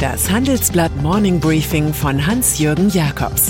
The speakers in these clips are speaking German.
Das Handelsblatt Morning Briefing von Hans-Jürgen Jakobs.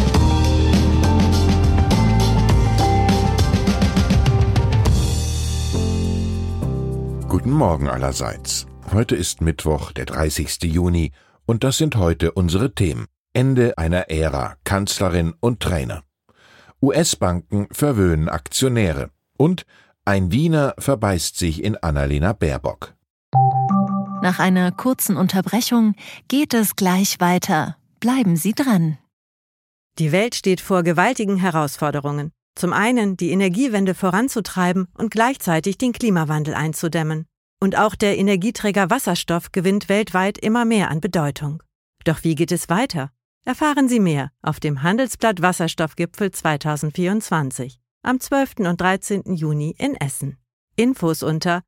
Guten Morgen allerseits. Heute ist Mittwoch, der 30. Juni, und das sind heute unsere Themen. Ende einer Ära, Kanzlerin und Trainer. US-Banken verwöhnen Aktionäre. Und ein Wiener verbeißt sich in Annalena Baerbock. Nach einer kurzen Unterbrechung geht es gleich weiter. Bleiben Sie dran. Die Welt steht vor gewaltigen Herausforderungen. Zum einen die Energiewende voranzutreiben und gleichzeitig den Klimawandel einzudämmen. Und auch der Energieträger Wasserstoff gewinnt weltweit immer mehr an Bedeutung. Doch wie geht es weiter? Erfahren Sie mehr auf dem Handelsblatt Wasserstoffgipfel 2024 am 12. und 13. Juni in Essen. Infos unter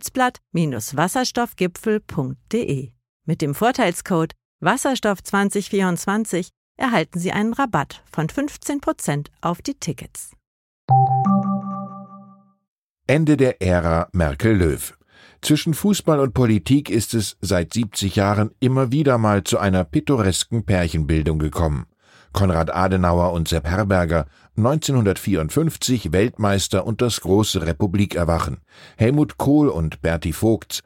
handelsblatt-wasserstoffgipfel.de. Mit dem Vorteilscode Wasserstoff2024 erhalten Sie einen Rabatt von 15% auf die Tickets. Ende der Ära Merkel-Löw. Zwischen Fußball und Politik ist es seit 70 Jahren immer wieder mal zu einer pittoresken Pärchenbildung gekommen. Konrad Adenauer und Sepp Herberger, 1954 Weltmeister und das große Republikerwachen. Helmut Kohl und Berti Vogts,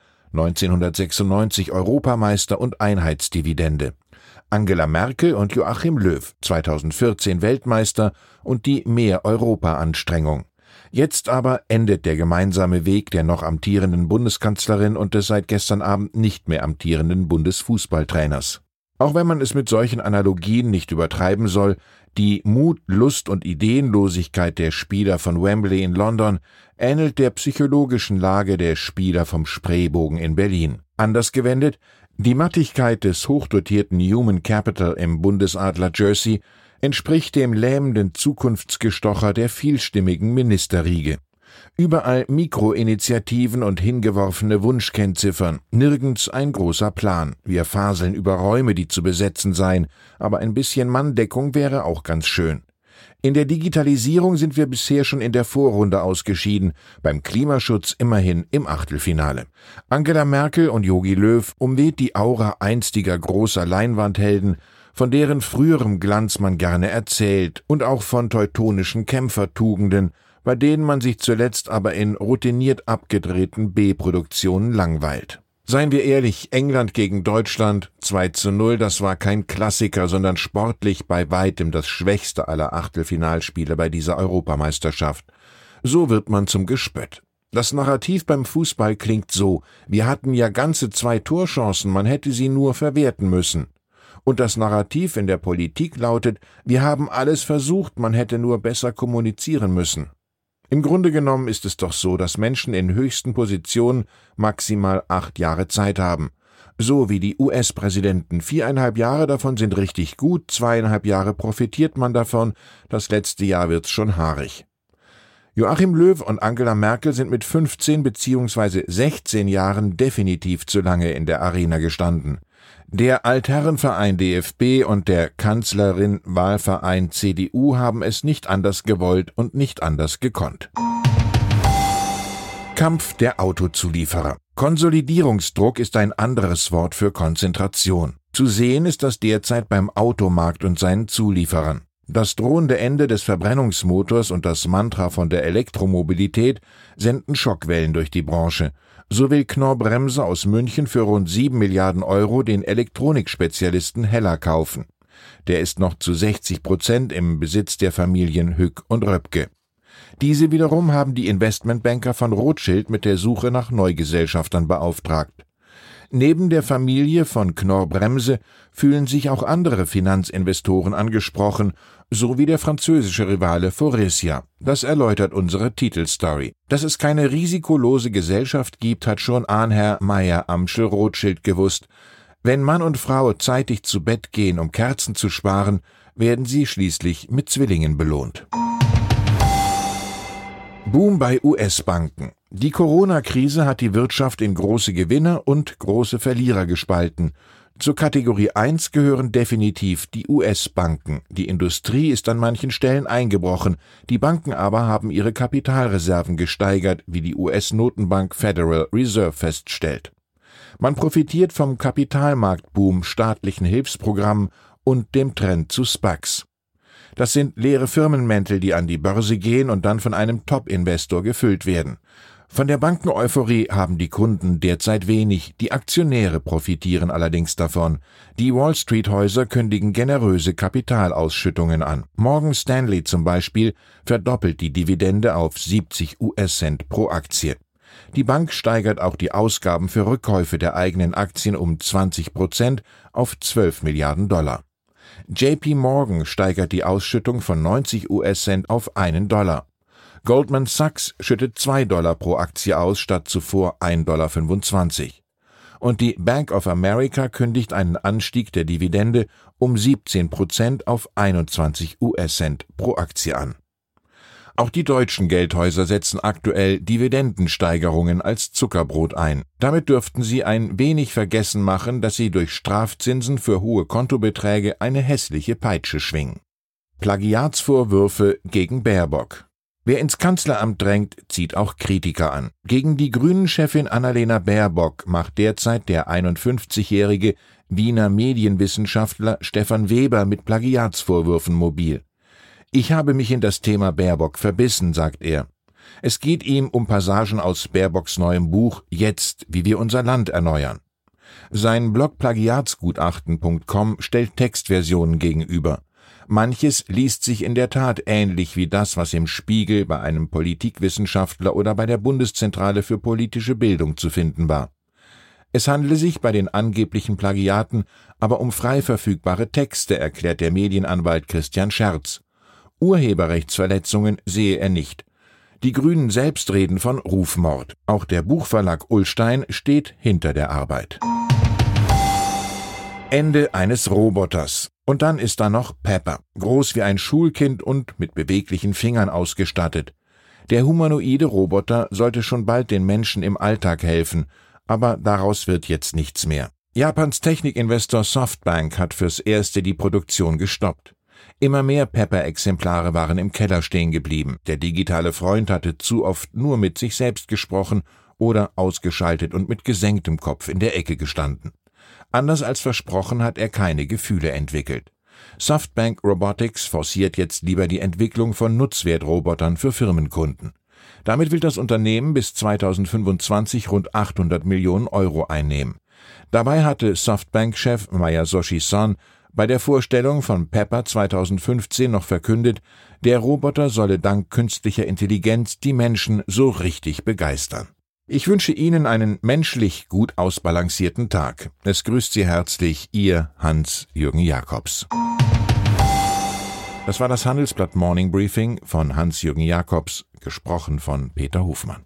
1996 Europameister und Einheitsdividende. Angela Merkel und Joachim Löw, 2014 Weltmeister und die Mehr-Europa-Anstrengung. Jetzt aber endet der gemeinsame Weg der noch amtierenden Bundeskanzlerin und des seit gestern Abend nicht mehr amtierenden Bundesfußballtrainers. Auch wenn man es mit solchen Analogien nicht übertreiben soll, die Mut-, Lust- und Ideenlosigkeit der Spieler von Wembley in London ähnelt der psychologischen Lage der Spieler vom Spreebogen in Berlin. Anders gewendet, die Mattigkeit des hochdotierten Human Capital im Bundesadler Jersey entspricht dem lähmenden Zukunftsgestocher der vielstimmigen Ministerriege. Überall Mikroinitiativen und hingeworfene Wunschkennziffern, nirgends ein großer Plan. Wir faseln über Räume, die zu besetzen seien, aber ein bisschen Manndeckung wäre auch ganz schön. In der Digitalisierung sind wir bisher schon in der Vorrunde ausgeschieden, beim Klimaschutz immerhin im Achtelfinale. Angela Merkel und Jogi Löw umweht die Aura einstiger großer Leinwandhelden, von deren früherem Glanz man gerne erzählt, und auch von teutonischen Kämpfertugenden, bei denen man sich zuletzt aber in routiniert abgedrehten B-Produktionen langweilt. Seien wir ehrlich, England gegen Deutschland 2:0, das war kein Klassiker, sondern sportlich bei weitem das schwächste aller Achtelfinalspiele bei dieser Europameisterschaft. So wird man zum Gespött. Das Narrativ beim Fußball klingt so: Wir hatten ja ganze 2 Torchancen, man hätte sie nur verwerten müssen. Und das Narrativ in der Politik lautet: Wir haben alles versucht, man hätte nur besser kommunizieren müssen. Im Grunde genommen ist es doch so, dass Menschen in höchsten Positionen maximal 8 Jahre Zeit haben. So wie die US-Präsidenten. 4,5 Jahre davon sind richtig gut, 2,5 Jahre profitiert man davon, das letzte Jahr wird's schon haarig. Joachim Löw und Angela Merkel sind mit 15 bzw. 16 Jahren definitiv zu lange in der Arena gestanden. Der Altherrenverein DFB und der Kanzlerin-Wahlverein CDU haben es nicht anders gewollt und nicht anders gekonnt. Kampf der Autozulieferer. Konsolidierungsdruck ist ein anderes Wort für Konzentration. Zu sehen ist das derzeit beim Automarkt und seinen Zulieferern. Das drohende Ende des Verbrennungsmotors und das Mantra von der Elektromobilität senden Schockwellen durch die Branche. So will Knorr-Bremse aus München für rund 7 Milliarden Euro den Elektronikspezialisten Heller kaufen. Der ist noch zu 60% im Besitz der Familien Hück und Röpke. Diese wiederum haben die Investmentbanker von Rothschild mit der Suche nach Neugesellschaftern beauftragt. Neben der Familie von Knorr-Bremse fühlen sich auch andere Finanzinvestoren angesprochen, so wie der französische Rivale Faurecia. Das erläutert unsere Titelstory. Dass es keine risikolose Gesellschaft gibt, hat schon Ahnherr Meyer-Amschel-Rothschild gewusst. Wenn Mann und Frau zeitig zu Bett gehen, um Kerzen zu sparen, werden sie schließlich mit Zwillingen belohnt. Boom bei US-Banken. Die Corona-Krise hat die Wirtschaft in große Gewinner und große Verlierer gespalten. Zur Kategorie 1 gehören definitiv die US-Banken. Die Industrie ist an manchen Stellen eingebrochen, die Banken aber haben ihre Kapitalreserven gesteigert, wie die US-Notenbank Federal Reserve feststellt. Man profitiert vom Kapitalmarktboom, staatlichen Hilfsprogrammen und dem Trend zu SPACs. Das sind leere Firmenmäntel, die an die Börse gehen und dann von einem Top-Investor gefüllt werden. Von der Bankeneuphorie haben die Kunden derzeit wenig, die Aktionäre profitieren allerdings davon. Die Wall-Street-Häuser kündigen generöse Kapitalausschüttungen an. Morgan Stanley zum Beispiel verdoppelt die Dividende auf 70 US-Cent pro Aktie. Die Bank steigert auch die Ausgaben für Rückkäufe der eigenen Aktien um 20% auf 12 Milliarden Dollar. JP Morgan steigert die Ausschüttung von 90 US-Cent auf $1. Goldman Sachs schüttet $2 pro Aktie aus, statt zuvor $1,25. Und die Bank of America kündigt einen Anstieg der Dividende um 17% auf 21 US-Cent pro Aktie an. Auch die deutschen Geldhäuser setzen aktuell Dividendensteigerungen als Zuckerbrot ein. Damit dürften sie ein wenig vergessen machen, dass sie durch Strafzinsen für hohe Kontobeträge eine hässliche Peitsche schwingen. Plagiatsvorwürfe gegen Baerbock. Wer ins Kanzleramt drängt, zieht auch Kritiker an. Gegen die Grünen-Chefin Annalena Baerbock macht derzeit der 51-jährige Wiener Medienwissenschaftler Stefan Weber mit Plagiatsvorwürfen mobil. Ich habe mich in das Thema Baerbock verbissen, sagt er. Es geht ihm um Passagen aus Baerbocks neuem Buch »Jetzt, wie wir unser Land erneuern«. Sein Blog plagiatsgutachten.com stellt Textversionen gegenüber. Manches liest sich in der Tat ähnlich wie das, was im Spiegel, bei einem Politikwissenschaftler oder bei der Bundeszentrale für politische Bildung zu finden war. Es handele sich bei den angeblichen Plagiaten aber um frei verfügbare Texte, erklärt der Medienanwalt Christian Scherz. Urheberrechtsverletzungen sehe er nicht. Die Grünen selbst reden von Rufmord. Auch der Buchverlag Ullstein steht hinter der Arbeit. Ende eines Roboters. Und dann ist da noch Pepper, groß wie ein Schulkind und mit beweglichen Fingern ausgestattet. Der humanoide Roboter sollte schon bald den Menschen im Alltag helfen, aber daraus wird jetzt nichts mehr. Japans Technikinvestor Softbank hat fürs Erste die Produktion gestoppt. Immer mehr Pepper-Exemplare waren im Keller stehen geblieben. Der digitale Freund hatte zu oft nur mit sich selbst gesprochen oder ausgeschaltet und mit gesenktem Kopf in der Ecke gestanden. Anders als versprochen hat er keine Gefühle entwickelt. Softbank Robotics forciert jetzt lieber die Entwicklung von Nutzwertrobotern für Firmenkunden. Damit will das Unternehmen bis 2025 rund 800 Millionen Euro einnehmen. Dabei hatte Softbank-Chef Masayoshi Son bei der Vorstellung von Pepper 2015 noch verkündet, der Roboter solle dank künstlicher Intelligenz die Menschen so richtig begeistern. Ich wünsche Ihnen einen menschlich gut ausbalancierten Tag. Es grüßt Sie herzlich, Ihr Hans-Jürgen Jakobs. Das war das Handelsblatt Morning Briefing von Hans-Jürgen Jakobs, gesprochen von Peter Hofmann.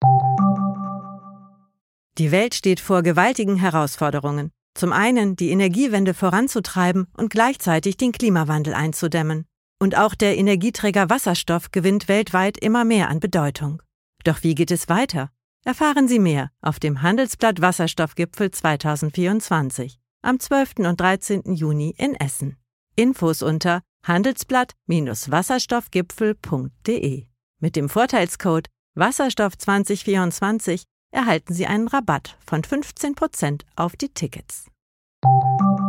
Die Welt steht vor gewaltigen Herausforderungen. Zum einen die Energiewende voranzutreiben und gleichzeitig den Klimawandel einzudämmen. Und auch der Energieträger Wasserstoff gewinnt weltweit immer mehr an Bedeutung. Doch wie geht es weiter? Erfahren Sie mehr auf dem Handelsblatt Wasserstoffgipfel 2024 am 12. und 13. Juni in Essen. Infos unter handelsblatt-wasserstoffgipfel.de. Mit dem Vorteilscode Wasserstoff2024 erhalten Sie einen Rabatt von 15% auf die Tickets.